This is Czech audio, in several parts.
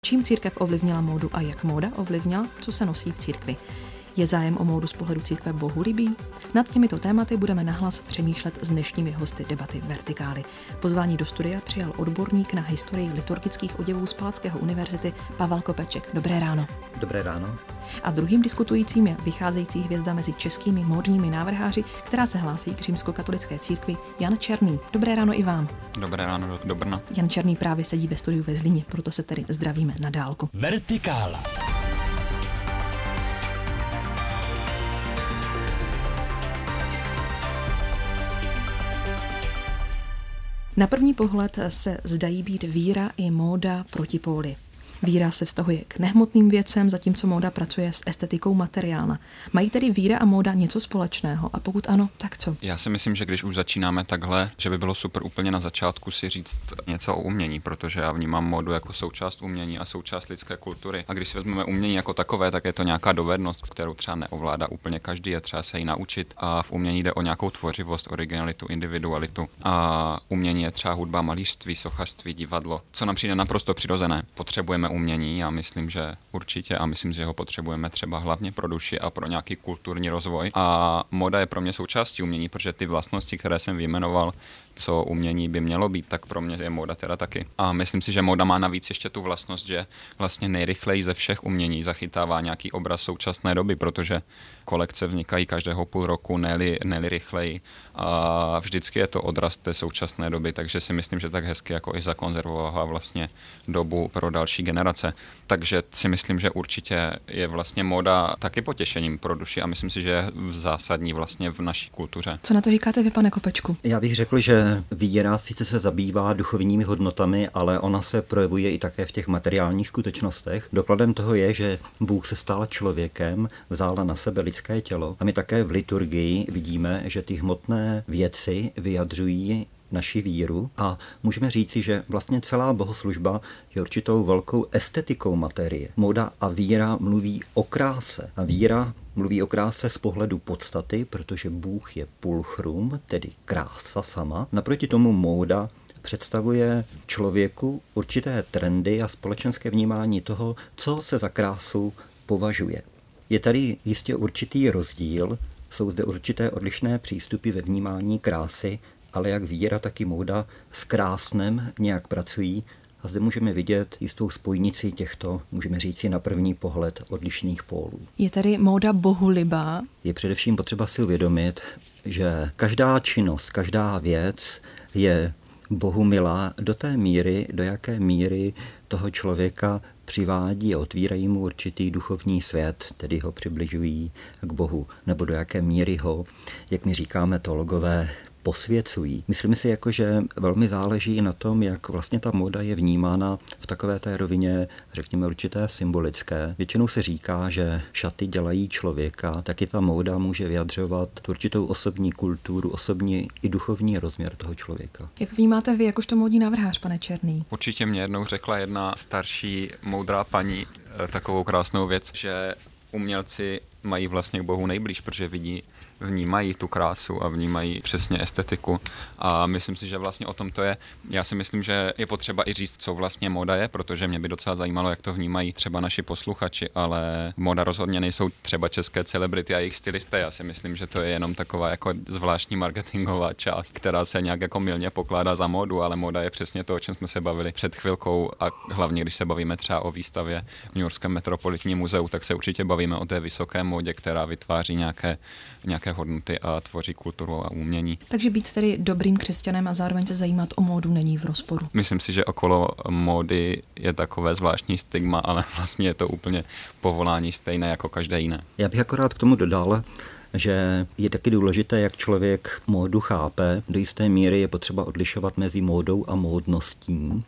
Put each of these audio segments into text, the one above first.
Čím církev ovlivnila módu a jak móda ovlivnila, co se nosí v církvi? Je zájem o módu z pohledu církve bohulibý? Nad těmito tématy budeme nahlas přemýšlet s dnešními hosty debaty Vertikály. Pozvání do studia přijal odborník na historii liturgických oděvů z Palackého univerzity Pavel Kopeček. Dobré ráno. Dobré ráno. A druhým diskutujícím je vycházející hvězda mezi českými módními návrháři, která se hlásí k římskokatolické církvi, Jan Černý. Dobré ráno i vám. Dobré ráno do Brna. Jan Černý právě sedí ve studiu ve Zlíně, proto se tedy zdravíme na dálku. Vertikála. Na první pohled se zdají být víra i móda protipóly. Víra se vztahuje k nehmotným věcem, zatímco móda pracuje s estetikou materiálna. Mají tedy víra a móda něco společného? A pokud ano, tak co? Já si myslím, že když už začínáme takhle, že by bylo super úplně na začátku si říct něco o umění, protože já vnímám módu jako součást umění a součást lidské kultury. A když si vezmeme umění jako takové, tak je to nějaká dovednost, kterou třeba neovládá úplně každý, je třeba se ji naučit. A v umění jde o nějakou tvořivost, originalitu, individualitu. A umění je třeba hudba, malířství, sochařství, divadlo, co nám přijde naprosto přirozené. Potřebujeme umění, já myslím, že určitě a myslím, že ho potřebujeme třeba hlavně pro duši a pro nějaký kulturní rozvoj. A móda je pro mě součástí umění, protože ty vlastnosti, které jsem vyjmenoval, co umění by mělo být, tak pro mě je móda teda taky. A myslím si, že móda má navíc ještě tu vlastnost, že vlastně nejrychleji ze všech umění zachytává nějaký obraz současné doby, protože kolekce vznikají každého půl roku, ne-li rychleji. A vždycky je to odraz té současné doby, takže si myslím, že tak hezky jako i zakonzervovala vlastně dobu pro další generace. Takže si myslím, že určitě je vlastně móda taky potěšením pro duši a myslím si, že je zásadní vlastně v naší kultuře. Co na to říkáte vy, pane Kopečku? Já bych řekl, že víra sice se zabývá duchovními hodnotami, ale ona se projevuje i také v těch materiálních skutečnostech. Dokladem toho je, že Bůh se stal člověkem, vzal na sebe lidské tělo a my také v liturgii vidíme, že ty hmotné věci vyjadřují naši víru a můžeme říci, že vlastně celá bohoslužba je určitou velkou estetikou materie. Móda a víra mluví o kráse a víra mluví o kráse z pohledu podstaty, protože Bůh je pulchrum, tedy krása sama. Naproti tomu móda představuje člověku určité trendy a společenské vnímání toho, co se za krásu považuje. Je tady jistě určitý rozdíl, jsou zde určité odlišné přístupy ve vnímání krásy, ale jak víra, tak i móda s krásnem nějak pracují a zde můžeme vidět jistou spojnici těchto, můžeme říci na první pohled, odlišných pólů. Je tady móda bohulibá? Je především potřeba si uvědomit, že každá činnost, každá věc je Bohu milá do té míry, do jaké míry toho člověka přivádí a otvírají mu určitý duchovní svět, tedy ho přibližují k Bohu, nebo do jaké míry ho, jak my říkáme teologové, posvěcují. Myslím si, že velmi záleží na tom, jak vlastně ta móda je vnímána v takové té rovině, řekněme, určité symbolické. Většinou se říká, že šaty dělají člověka, taky ta móda může vyjadřovat určitou osobní kulturu, osobní i duchovní rozměr toho člověka. Jak to vnímáte vy, jakožto módní návrhář, pane Černý? Určitě mě jednou řekla jedna starší moudrá paní takovou krásnou věc, že umělci mají vlastně k Bohu nejblíž, protože vnímají tu krásu a vnímají přesně estetiku a myslím si, že vlastně o tom to je. Já si myslím, že je potřeba i říct, co vlastně móda je, protože mě by docela zajímalo, jak to vnímají třeba naši posluchači, ale móda rozhodně nejsou třeba české celebrity a jejich stylisté. Já si myslím, že to je jenom taková jako zvláštní marketingová část, která se nějak jako mylně pokládá za módu, ale móda je přesně to, o čem jsme se bavili před chvilkou a hlavně, když se bavíme třeba o výstavě v Newyorském metropolitním muzeu, tak se určitě bavíme o té vysoké módě, která vytváří nějaké hodnoty a tvoří kulturu a umění. Takže být tedy dobrým křesťanem a zároveň se zajímat o módu není v rozporu. Myslím si, že okolo módy je takové zvláštní stigma, ale vlastně je to úplně povolání stejné jako každé jiné. Já bych akorát k tomu dodal, že je taky důležité, jak člověk módu chápe. Do jisté míry je potřeba odlišovat mezi módou a módností.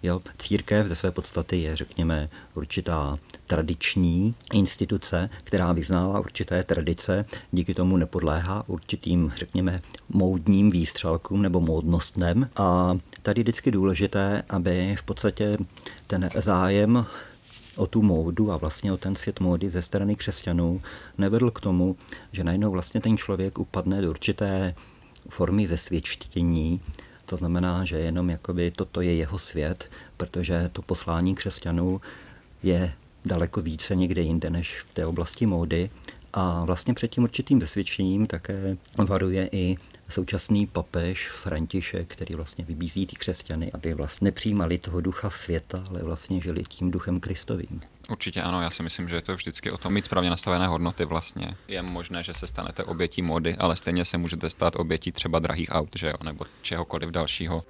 Církev ze své podstaty je, řekněme, určitá tradiční instituce, která vyznává určité tradice, díky tomu nepodléhá určitým, řekněme, módním výstřelkům nebo módnostem. A tady je vždycky důležité, aby v podstatě ten zájem o tu módu a vlastně o ten svět módy ze strany křesťanů nevedl k tomu, že najednou vlastně ten člověk upadne do určité formy zesvědčení To znamená, že jenom jakoby toto je jeho svět, protože to poslání křesťanů je daleko více někde jinde než v té oblasti módy. A vlastně před tím určitým vysvědčením také varuje i současný papež František, který vlastně vybízí ty křesťany, aby vlastně nepřijímali toho ducha světa, ale vlastně žili tím duchem Kristovým. Určitě ano, já si myslím, že je to vždycky o tom mít správně nastavené hodnoty vlastně. Je možné, že se stanete obětí módy, ale stejně se můžete stát obětí třeba drahých aut, že jo, nebo čehokoliv dalšího.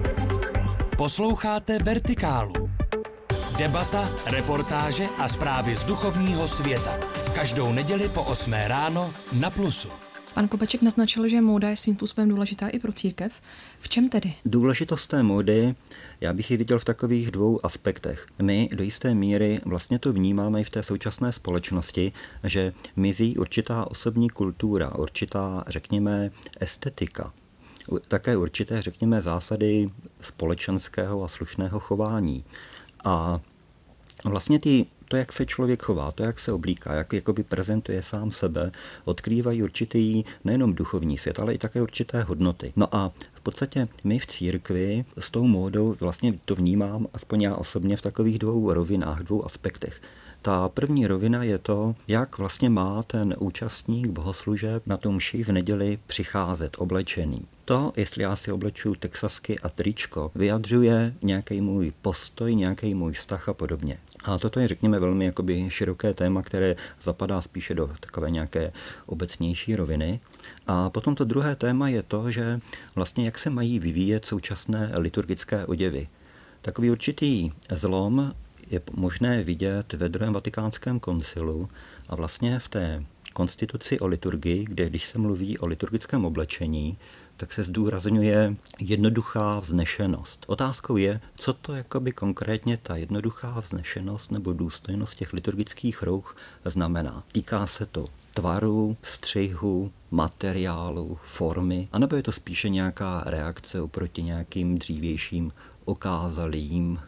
Posloucháte Vertikálu. Debata, reportáže a zprávy z duchovního světa. Každou neděli po 8 ráno na Plusu. Pan Kopeček naznačil, že móda je svým způsobem důležitá i pro církev. V čem tedy? Důležitost té módy, já bych ji viděl v takových dvou aspektech. My do jisté míry vlastně to vnímáme i v té současné společnosti, že mizí určitá osobní kultura, určitá, řekněme, estetika. Také určité, řekněme, zásady společenského a slušného chování. A vlastně to, jak se člověk chová, to, jak se oblíká, jak jakoby prezentuje sám sebe, odkrývají určitý nejenom duchovní svět, ale i také určité hodnoty. No a v podstatě my v církvi s tou módou vlastně to vnímám, aspoň já osobně, v takových dvou rovinách, dvou aspektech. Ta první rovina je to, jak vlastně má ten účastník bohoslužeb na tu mši v neděli přicházet oblečený. To, jestli já si obleču texasky a tričko, vyjadřuje nějaký můj postoj, nějaký můj vztah a podobně. A toto je, řekněme, velmi jakoby široké téma, které zapadá spíše do takové nějaké obecnější roviny. A potom to druhé téma je to, že vlastně jak se mají vyvíjet současné liturgické oděvy. Takový určitý zlom je možné vidět ve druhém vatikánském koncilu a vlastně v té konstituci o liturgii, kde když se mluví o liturgickém oblečení, tak se zdůrazňuje jednoduchá vznešenost. Otázkou je, co to jakoby konkrétně ta jednoduchá vznešenost nebo důstojnost těch liturgických rouch znamená. Týká se to tvaru, střihu, materiálu, formy, anebo je to spíše nějaká reakce oproti nějakým dřívějším okázalým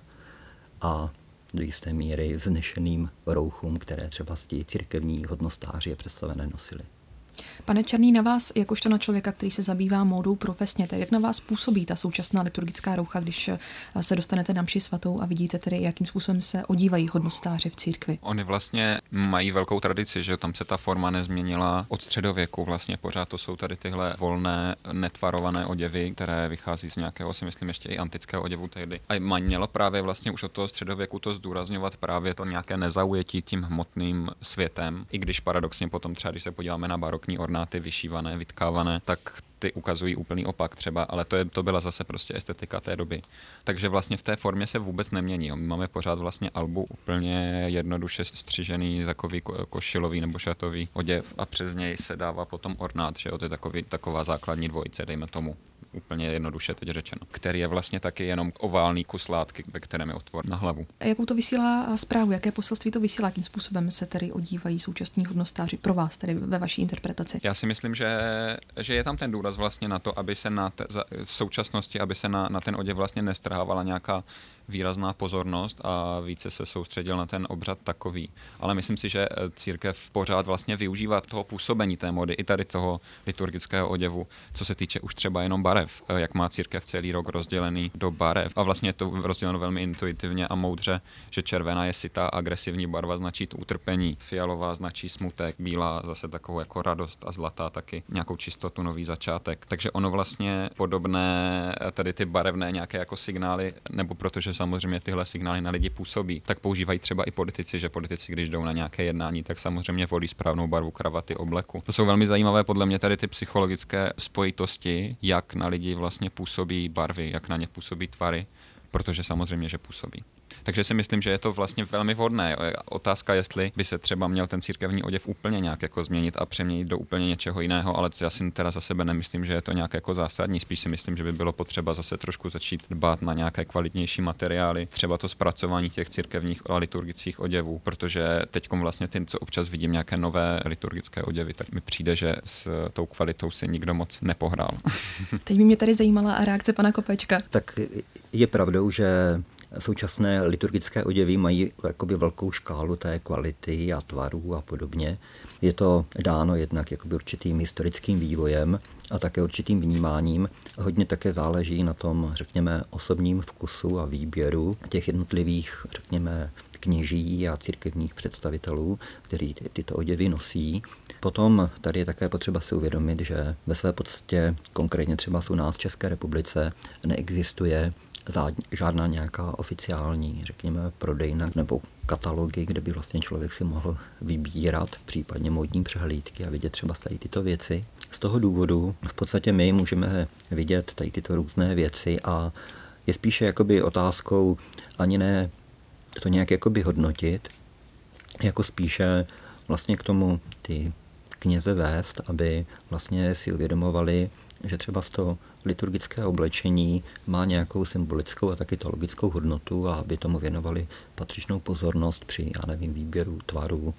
a do jisté míry vznešeným rouchům, které třeba ti církevní hodnostáři představené nosili. Pane Černý, na vás, jakožto na člověka, který se zabývá módou profesně, jak na vás působí ta současná liturgická roucha, když se dostanete na mši svatou a vidíte tedy, jakým způsobem se odívají hodnostáři v církvi? Oni vlastně mají velkou tradici, že tam se ta forma nezměnila od středověku. Vlastně pořád to jsou tady tyhle volné, netvarované oděvy, které vychází z nějakého, si myslím, ještě i antického oděvu tehdy. A mělo právě vlastně už od toho středověku to zdůrazňovat právě to nějaké nezaujetí tím hmotným světem, i když paradoxně potom třeba, když se podíváme na barokní ornáty vyšívané, vytkávané, tak ty ukazují úplný opak třeba, ale to byla zase prostě estetika té doby. Takže vlastně v té formě se vůbec nemění. My máme pořád vlastně albu úplně jednoduše střižený takový košilový nebo šatový oděv a přes něj se dává potom ornát, že jo, to je taková základní dvojice, dejme tomu. Úplně jednoduše teď řečeno, který je vlastně taky jenom oválný kus látky, ve kterém je otvor na hlavu. A jakou to vysílá zprávu, jaké poselství to vysílá, jakým způsobem se tedy odívají současní hodnostáři pro vás, tedy ve vaší interpretaci? Já si myslím, že je tam ten důraz vlastně na to, aby se v současnosti, aby se na ten oděv vlastně nestrhávala nějaká výrazná pozornost a více se soustředil na ten obřad takový. Ale myslím si, že církev pořád vlastně využívá toho působení té mody i tady toho liturgického oděvu, co se týče už třeba jenom barev, jak má církev celý rok rozdělený do barev. A vlastně je to rozděleno velmi intuitivně a moudře, že červená je sytá, agresivní barva značí to utrpení, fialová značí smutek, bílá zase takovou jako radost a zlatá taky nějakou čistotu, nový začátek. Takže ono vlastně podobné tady ty barevné nějaké jako signály, nebo protože samozřejmě tyhle signály na lidi působí, tak používají třeba i politici, že politici, když jdou na nějaké jednání, tak samozřejmě volí správnou barvu kravaty, obleku. To jsou velmi zajímavé podle mě tady ty psychologické spojitosti, jak na lidi vlastně působí barvy, jak na ně působí tvary, protože samozřejmě, že působí. Takže si myslím, že je to vlastně velmi vhodné. Otázka, jestli by se třeba měl ten církevní oděv úplně nějak jako změnit a přeměnit do úplně něčeho jiného, ale já si teda za sebe nemyslím, že je to nějak jako zásadní. Spíš si myslím, že by bylo potřeba zase trošku začít dbát na nějaké kvalitnější materiály, třeba to zpracování těch církevních a liturgických oděvů, protože teďkom vlastně tím, co občas vidím nějaké nové liturgické oděvy, tak mi přijde, že s tou kvalitou si nikdo moc nepohrál. Teď by mě tady zajímala reakce pana Kopečka. Tak je pravdou, že současné liturgické oděvy mají jakoby velkou škálu té kvality a tvarů a podobně. Je to dáno jednak jakoby určitým historickým vývojem a také určitým vnímáním. Hodně také záleží na tom, řekněme, osobním vkusu a výběru těch jednotlivých, řekněme, kněží a církevních představitelů, kteří tyto oděvy nosí. Potom tady je také potřeba si uvědomit, že ve své podstatě, konkrétně třeba u nás v České republice, neexistuje žádná nějaká oficiální, řekněme, prodejna nebo katalogy, kde by vlastně člověk si mohl vybírat, případně módní přehlídky a vidět třeba tady tyto věci. Z toho důvodu v podstatě my můžeme vidět tady tyto různé věci a je spíše jakoby otázkou ani ne to nějak jakoby hodnotit, jako spíše vlastně k tomu ty kněze vést, aby vlastně si uvědomovali, že třeba z toho liturgické oblečení má nějakou symbolickou a taky teologickou hodnotu a aby tomu věnovali patřičnou pozornost při, výběru tvaru,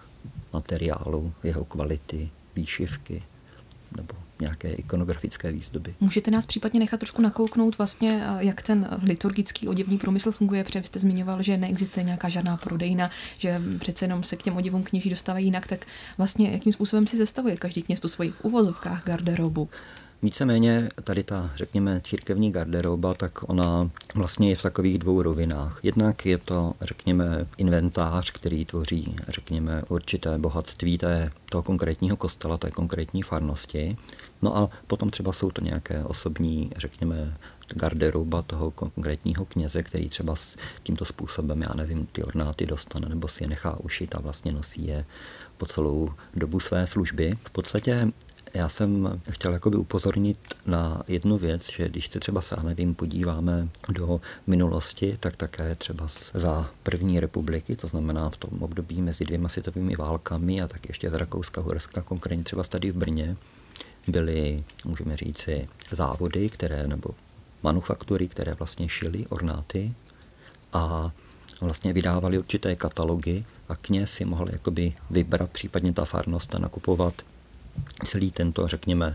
materiálu, jeho kvality, výšivky nebo nějaké ikonografické výzdoby. Můžete nás případně nechat trošku nakouknout vlastně, jak ten liturgický oděvní průmysl funguje, protože jste zmiňoval, že neexistuje nějaká žádná prodejna, že přece jenom se k těm oděvům kněží dostávají jinak, tak vlastně jakým způsobem si sestavuje každý kněz tu svoji v uvozovkách garderobu? Víceméně tady ta, řekněme, církevní garderoba, tak ona vlastně je v takových dvou rovinách. Jednak je to, řekněme, inventář, který tvoří, řekněme, určité bohatství toho konkrétního kostela, té konkrétní farnosti. No a potom třeba jsou to nějaké osobní, řekněme, garderoba toho konkrétního kněze, který třeba s tímto způsobem, ty ornáty dostane nebo si je nechá ušít a vlastně nosí je po celou dobu své služby. V podstatě já jsem chtěl jakoby upozornit na jednu věc, že když se třeba podíváme do minulosti, tak také třeba za první republiky, to znamená v tom období mezi 2 světovými válkami a tak ještě z Rakouska-Uherska, konkrétně třeba tady v Brně, byly, můžeme říci, závody, nebo manufaktury, které vlastně šily ornáty a vlastně vydávali určité katalogy a kněz si mohl jakoby vybrat, případně ta farnost a nakupovat celý tento, řekněme,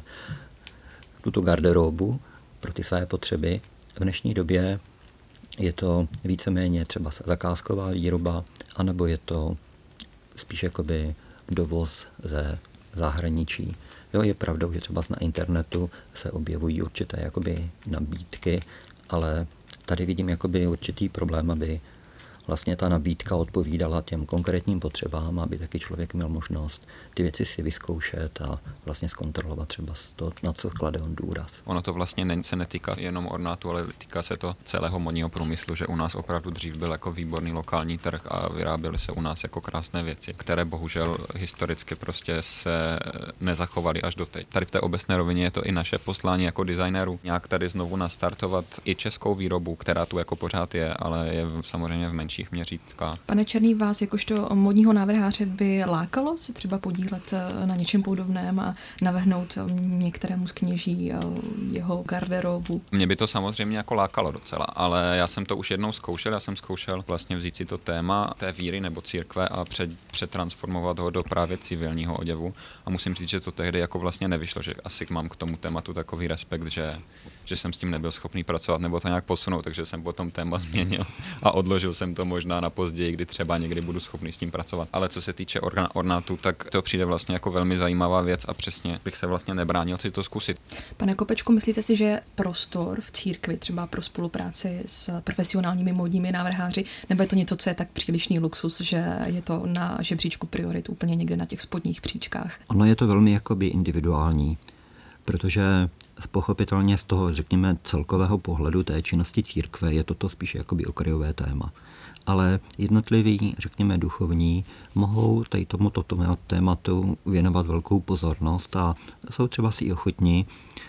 tuto garderobu pro ty své potřeby. V dnešní době je to víceméně třeba zakázková výroba, anebo je to spíš jakoby dovoz ze zahraničí. Jo, je pravdou, že třeba na internetu se objevují určité jakoby nabídky, ale tady vidím jakoby určitý problém, aby vlastně ta nabídka odpovídala těm konkrétním potřebám, aby taky člověk měl možnost ty věci si vyzkoušet a vlastně zkontrolovat třeba to, na co klade on důraz. Ono to vlastně se netýká jenom ornátu, ale týká se to celého modního průmyslu, že u nás opravdu dřív byl jako výborný lokální trh a vyráběly se u nás jako krásné věci, které bohužel historicky prostě se nezachovaly až doteď. Tady v té obecné rovině je to i naše poslání jako designérů, nějak tady znovu nastartovat i českou výrobu, která tu jako pořád je, ale je samozřejmě v menších měřítkách. Pane Černý, vás jakožto modního návrháře by lákalo se třeba podílet na něčem podobném a navrhnout některému z kněží jeho garderobu? Mě by to samozřejmě jako lákalo docela, ale já jsem to už jednou zkoušel. Já jsem zkoušel vlastně vzít si to téma té víry nebo církve a přetransformovat ho do právě civilního oděvu a musím říct, že to tehdy jako vlastně nevyšlo, že asi mám k tomu tématu takový respekt, že jsem s tím nebyl schopný pracovat nebo to nějak posunout, takže jsem potom téma změnil a odložil jsem to možná na později, kdy třeba někdy budu schopný s tím pracovat. Ale co se týče ornátu, tak to přijde vlastně jako velmi zajímavá věc a přesně bych se vlastně nebránil si to zkusit. Pane Kopečku, myslíte si, že prostor v církvi třeba pro spolupráci s profesionálními módními návrháři, nebo je to něco, co je tak přílišný luxus, že je to na žebříčku priorit úplně někde na těch spodních příčkách? Ono je to velmi jakoby individuální, protože pochopitelně z toho, řekněme, celkového pohledu té činnosti církve je toto spíš jakoby okrajové téma. Ale jednotliví, řekněme, duchovní mohou tady tomuto tématu věnovat velkou pozornost a jsou třeba si ochotní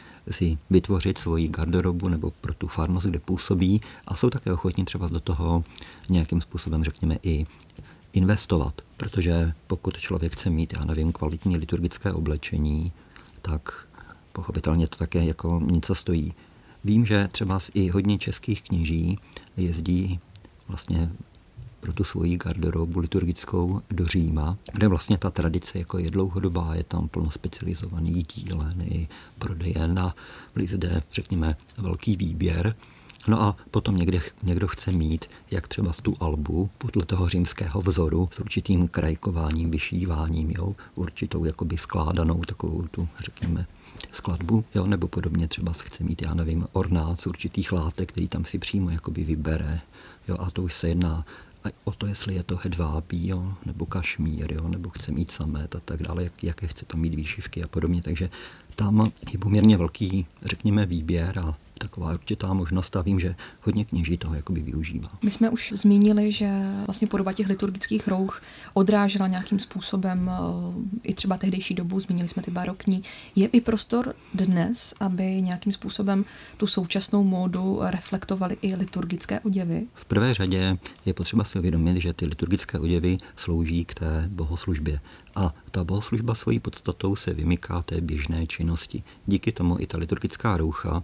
si vytvořit svoji garderobu nebo pro tu farnost, kde působí a jsou také ochotní třeba do toho nějakým způsobem, řekněme, i investovat. Protože pokud člověk chce mít, kvalitní liturgické oblečení, tak pochopitelně to také jako něco stojí. Vím, že třeba i hodně českých kněží jezdí vlastně pro tu svoji garderobu liturgickou do Říma, kde vlastně ta tradice jako je dlouhodobá, je tam plno specializovaných dílen i prodejen a byli zde, řekněme, velký výběr No a potom někdo chce mít, jak třeba z tu albu, podle toho římského vzoru, s určitým krajkováním, vyšíváním, jo, určitou jakoby skládanou takovou tu, řekněme, skladbu, jo, nebo podobně třeba chce mít, já nevím, ornát z určitých látek, který tam si přímo jakoby vybere, jo, a to už se jedná o to, jestli je to hedvábí, jo, nebo kašmír, jo, nebo chce mít samet a tak dále, jaké chce tam mít výšivky a podobně, takže tam je poměrně velký, řekněme, výběr a taková určitá možnost a vím, že hodně kněží toho jakoby využívá. My jsme už zmínili, že vlastně podoba těch liturgických rouch odrážela nějakým způsobem i třeba tehdejší dobu, zmínili jsme ty barokní. Je i prostor dnes, aby nějakým způsobem tu současnou módu reflektovaly i liturgické oděvy? V prvé řadě je potřeba si uvědomit, že ty liturgické oděvy slouží k té bohoslužbě. A ta bohoslužba svojí podstatou se vymyká té běžné činnosti. Díky tomu i ta liturgická roucha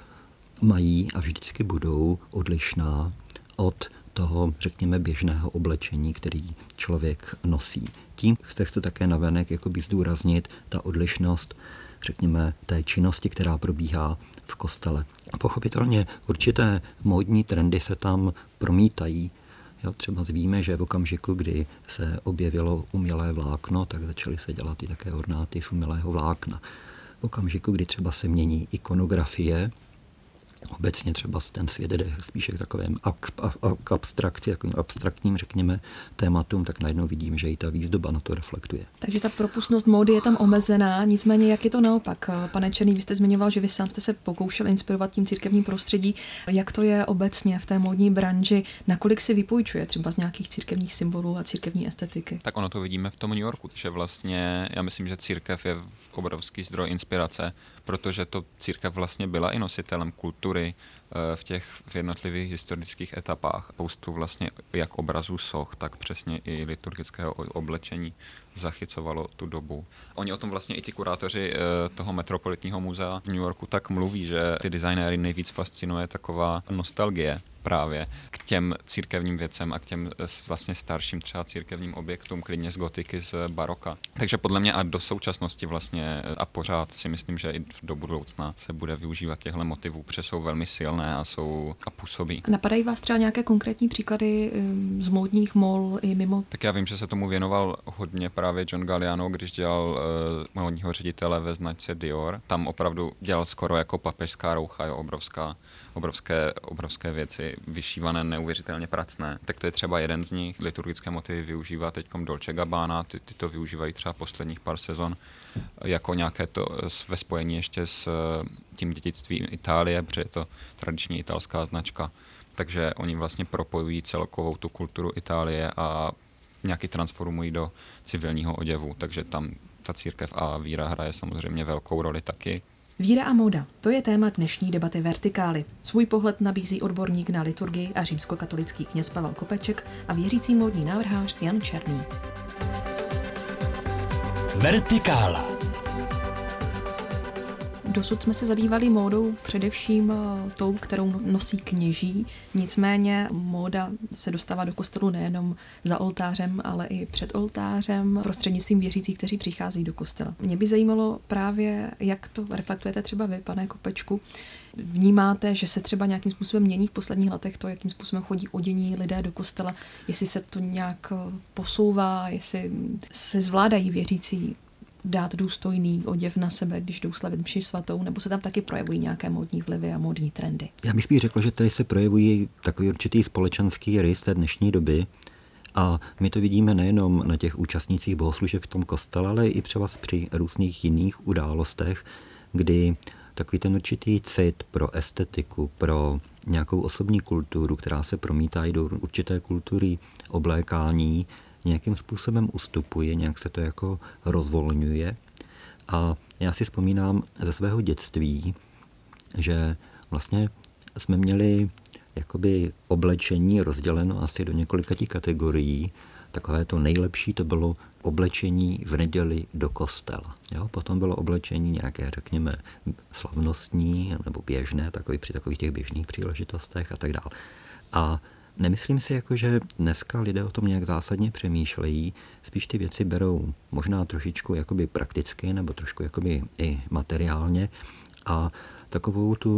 mají a vždycky budou odlišná od toho, řekněme, běžného oblečení, který člověk nosí. Tím se chce také navenek jakoby zdůraznit ta odlišnost, řekněme, té činnosti, která probíhá v kostele. A pochopitelně určité módní trendy se tam promítají. Jo, třeba víme, že v okamžiku, kdy se objevilo umělé vlákno, tak začaly se dělat i také ornáty z umělého vlákna. V okamžiku, kdy třeba se mění ikonografie, obecně třeba ten svět jde spíše k takovém abstrakci, jako abstraktním, řekněme, tématům, tak najednou vidím, že i ta výzdoba na to reflektuje. Takže ta propustnost módy je tam omezená, nicméně jak je to naopak? Pane Černý, vy jste zmiňoval, že vy sám jste se pokoušel inspirovat tím církevním prostředí. Jak to je obecně v té módní branži? Nakolik si vypůjčuje třeba z nějakých církevních symbolů a církevní estetiky? Tak ono to vidíme v tom New Yorku, že vlastně já myslím, že církev je obrovský zdroj inspirace, protože to církev vlastně byla i nositelem kultury v jednotlivých historických etapách. Spoustu vlastně jak obrazů soch, tak přesně i liturgického oblečení zachycovalo tu dobu. Oni o tom vlastně i ti kurátoři toho Metropolitního muzea v New Yorku tak mluví, že ty designéry nejvíc fascinuje taková nostalgie právě k těm církevním věcem a k těm vlastně starším třeba církevním objektům, klidně z gotiky, z baroka. Takže podle mě a do současnosti vlastně a pořád si myslím, že i do budoucna se bude využívat těchto motivů, protože jsou velmi silné a působí. A napadají vás třeba nějaké konkrétní příklady z módních mol i mimo? Tak já vím, že se tomu věnoval hodně právě John Galliano, když dělal módního ředitele ve značce Dior. Tam opravdu dělal skoro jako papežská roucha, jo, obrovské věci, vyšívané neuvěřitelně pracné. Tak to je třeba jeden z nich. Liturgické motivy využívá teďkom Dolce Gabbana, ty to využívají třeba posledních pár sezon jako nějaké to ve spojení ještě s tím dědictvím Itálie, protože je to tradiční italská značka. Takže oni vlastně propojují celkovou tu kulturu Itálie a nějaký transformují do civilního oděvu. Takže tam ta církev a víra hraje samozřejmě velkou roli taky. Víra a móda, to je téma dnešní debaty Vertikály. Svůj pohled nabízí odborník na liturgii a římskokatolický kněz Pavel Kopeček a věřící módní návrhář Jan Černý. Vertikála. Dosud jsme se zabývali módou především tou, kterou nosí kněží. Nicméně móda se dostává do kostelu nejenom za oltářem, ale i před oltářem prostřednictvím věřících, kteří přichází do kostela. Mě by zajímalo právě, jak to reflektujete třeba vy, pane Kopečku. Vnímáte, že se třeba nějakým způsobem mění v posledních letech to, jakým způsobem chodí odění lidé do kostela, jestli se to nějak posouvá, jestli se zvládají věřící dát důstojný oděv na sebe, když jdou slavit mši svatou, nebo se tam taky projevují nějaké módní vlivy a módní trendy? Já bych spíš řekl, že tady se projevují takový určitý společenský rys té dnešní doby a my to vidíme nejenom na těch účastnících bohoslužeb v tom kostele, ale i třeba při různých jiných událostech, kdy takový ten určitý cit pro estetiku, pro nějakou osobní kulturu, která se promítá i do určité kultury oblékání, nějakým způsobem ustupuje, nějak se to jako rozvolňuje. A já si vzpomínám ze svého dětství, že vlastně jsme měli jakoby oblečení rozděleno asi do několika kategorií. Takové to nejlepší to bylo oblečení v neděli do kostela. Jo? Potom bylo oblečení nějaké, řekněme, slavnostní nebo běžné, při takových těch běžných příležitostech a tak dále. A nemyslím si, že dneska lidé o tom nějak zásadně přemýšlejí, spíš ty věci berou možná trošičku jakoby prakticky nebo trošku jakoby i materiálně a takovou tu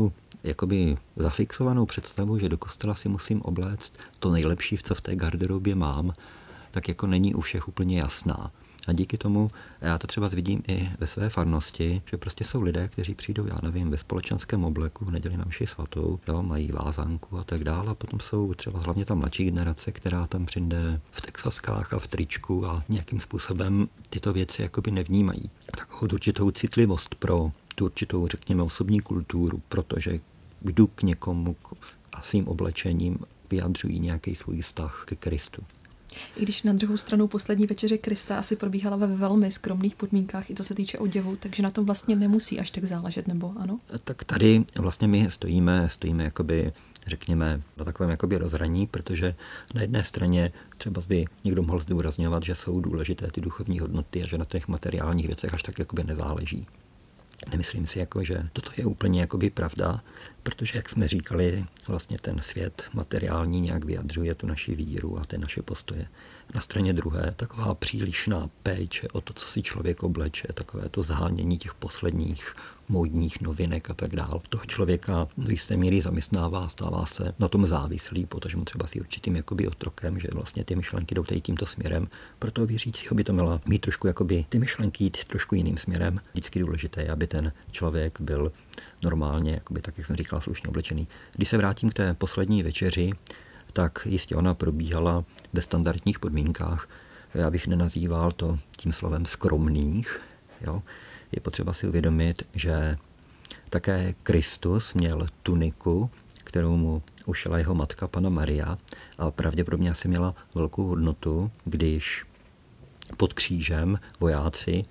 jakoby zafixovanou představu, že do kostela si musím obléct to nejlepší, co v té garderobě mám, tak jako není u všech úplně jasná. A díky tomu, já to třeba vidím i ve své farnosti, že prostě jsou lidé, kteří přijdou, já nevím, ve společenském obleku v neděli na mši svatou, jo, mají vázanku a tak dále. A potom jsou třeba hlavně ta mladší generace, která tam přijde v texaskách a v tričku a nějakým způsobem tyto věci jakoby nevnímají. Takovou určitou citlivost pro tu určitou, řekněme, osobní kulturu, protože jdu k někomu a svým oblečením vyjadřují nějaký svůj vztah ke Kristu. I když na druhou stranu poslední večeře Krista asi probíhala ve velmi skromných podmínkách, i to se týče oděvu, takže na tom vlastně nemusí až tak záležet, nebo ano? Tak tady vlastně my stojíme jakoby, řekněme, na takovém jakoby rozhraní, protože na jedné straně třeba by někdo mohl zdůrazňovat, že jsou důležité ty duchovní hodnoty a že na těch materiálních věcech až tak jakoby nezáleží. Nemyslím si, jako, že toto je úplně jakoby pravda, protože, jak jsme říkali, vlastně ten svět materiální nějak vyjadřuje tu naši víru a ty naše postoje. Na straně druhé taková přílišná péče o to, co si člověk obleče, takové to zhánění těch posledních módních novinek a tak dál. Toho člověka do jisté míry zaměstnává, stává se na tom závislý, protože mu třeba si určitým jakoby otrokem, že vlastně ty myšlenky jdou tady tímto směrem. Proto věřícího by to měla mít trošku jakoby ty myšlenky jít trošku jiným směrem. Vždycky důležité je, aby ten člověk byl normálně, jakoby tak, jak jsem říkal, slušně oblečený. Když se vrátím k té poslední večeři, tak jistě ona probíhala ve standardních podmínkách. Já bych nenazýval to tím slovem skromných. Jo? Je potřeba si uvědomit, že také Kristus měl tuniku, kterou mu ušila jeho matka Panna Maria a pravděpodobně asi měla velkou hodnotu, když pod křížem vojáci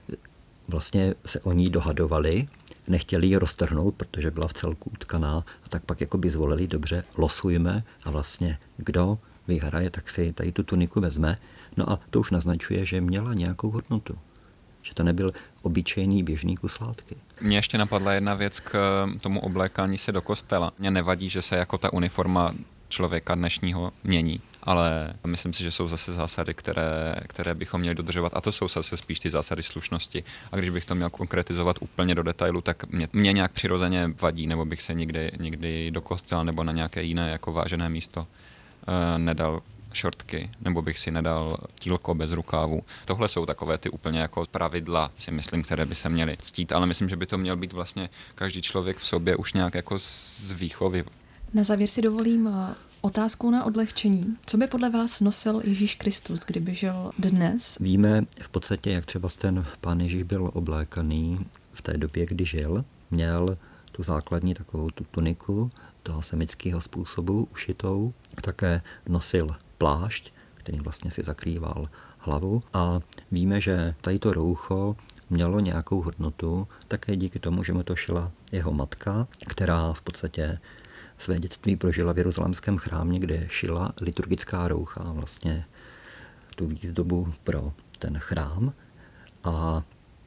vlastně se o ní dohadovali, nechtěli ji roztrhnout, protože byla v celku utkaná, a tak pak jakoby zvolili, dobře, losujme a vlastně kdo vyhraje, tak si tady tu tuniku vezme. No a to už naznačuje, že měla nějakou hodnotu. Že to nebyl obyčejný běžný kus látky. Mně ještě napadla jedna věc k tomu oblékání se do kostela. Mně nevadí, že se jako ta uniforma člověka dnešního mění, ale myslím si, že jsou zase zásady, které bychom měli dodržovat, a to jsou zase spíš ty zásady slušnosti. A když bych to měl konkretizovat úplně do detailu, tak mě nějak přirozeně vadí, nebo bych se nikdy do kostela nebo na nějaké jiné jako vážené místo nedal šortky, nebo bych si nedal tílko bez rukávu. Tohle jsou takové ty úplně jako pravidla, si myslím, které by se měly ctít, ale myslím, že by to měl být vlastně každý člověk v sobě už nějak jako z výchovy. Na závěr si dovolím otázku na odlehčení. Co by podle vás nosil Ježíš Kristus, kdyby žil dnes? Víme v podstatě, jak třeba ten pán Ježíš byl oblékaný v té době, kdy žil. Měl tu základní takovou tu tuniku toho semického způsobu ušitou. Také nosil plášť, který vlastně si zakrýval hlavu. A víme, že tady to roucho mělo nějakou hodnotu také díky tomu, že mu to šila jeho matka, která v podstatě své dětství prožila v jeruzalémském chrámě, kde šila liturgická roucha, vlastně tu výzdobu pro ten chrám. A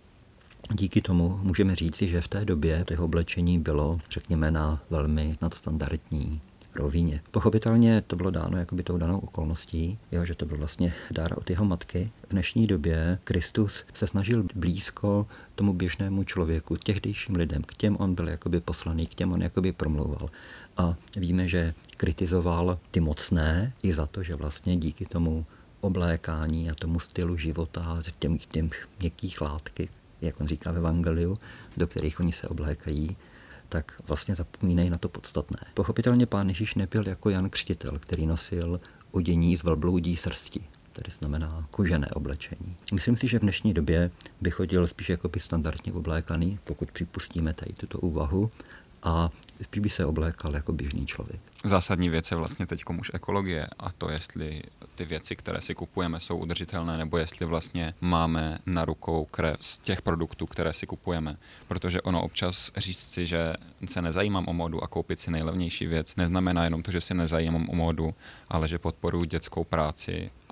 díky tomu můžeme říci, že v té době toho oblečení bylo, řekněme, na velmi nadstandardní rovině. Pochopitelně to bylo dáno jakoby tou danou okolností, že to byl vlastně dár od jeho matky. V dnešní době Kristus se snažil blízko tomu běžnému člověku, tehdejším lidem, k těm on byl jakoby poslaný, k těm on jakoby promlouval. A víme, že kritizoval ty mocné i za to, že vlastně díky tomu oblékání a tomu stylu života, těm měkkých látky, jak on říká v evangeliu, do kterých oni se oblékají, tak vlastně zapomínají na to podstatné. Pochopitelně pán Ježíš nebyl jako Jan Křtitel, který nosil odění z velbloudí srsti, tedy znamená kožené oblečení. Myslím si, že v dnešní době by chodil spíš jako by standardně oblékaný, pokud připustíme tady tuto úvahu, a spíš by se oblékal jako běžný člověk. Zásadní věc je vlastně teď už ekologie a to, jestli ty věci, které si kupujeme, jsou udržitelné, nebo jestli vlastně máme na rukou krev z těch produktů, které si kupujeme. Protože ono občas říct si, že se nezajímám o módu a koupit si nejlevnější věc, neznamená jenom to, že se nezajímám o módu, ale že podporuji dětskou práci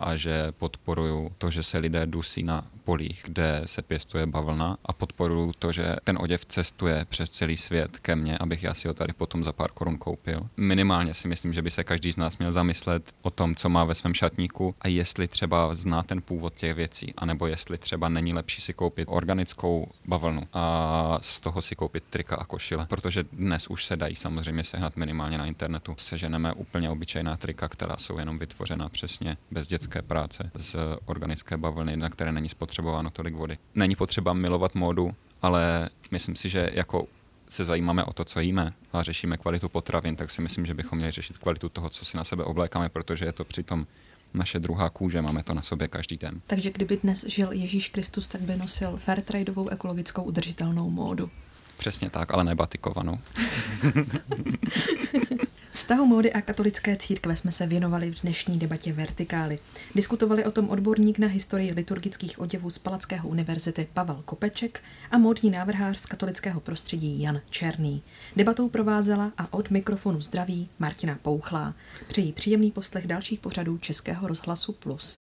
a že podporuju to, že se lidé dusí na polích, kde se pěstuje bavlna, a podporuju to, že ten oděv cestuje přes celý svět ke mně, abych já si ho tady potom za pár korun koupil. Minimálně si myslím, že by se každý z nás měl zamyslet o tom, co má ve svém šatníku a jestli třeba zná ten původ těch věcí, anebo jestli třeba není lepší si koupit organickou bavlnu a z toho si koupit trika a košile, protože dnes už se dají samozřejmě sehnat minimálně na internetu. Seženeme úplně obyčejná trika, která jsou jenom vytvořena přesně bez dětské práce z organické bavlny, na které není spotřebováno tolik vody. Není potřeba milovat módu, ale myslím si, že jako se zajímáme o to, co jíme a řešíme kvalitu potravin, tak si myslím, že bychom měli řešit kvalitu toho, co si na sebe oblékáme, protože je to přitom naše druhá kůže, máme to na sobě každý den. Takže kdyby dnes žil Ježíš Kristus, tak by nosil fairtradeovou ekologickou udržitelnou módu. Přesně tak, ale nebatikovanou. Vztahu módy a katolické církve jsme se věnovali v dnešní debatě Vertikály. Diskutovali o tom odborník na historii liturgických oděvů z Palackého univerzity Pavel Kopeček a módní návrhář z katolického prostředí Jan Černý. Debatou provázela a od mikrofonu zdraví Martina Pouchlá. Přeji příjemný poslech dalších pořadů Českého rozhlasu Plus.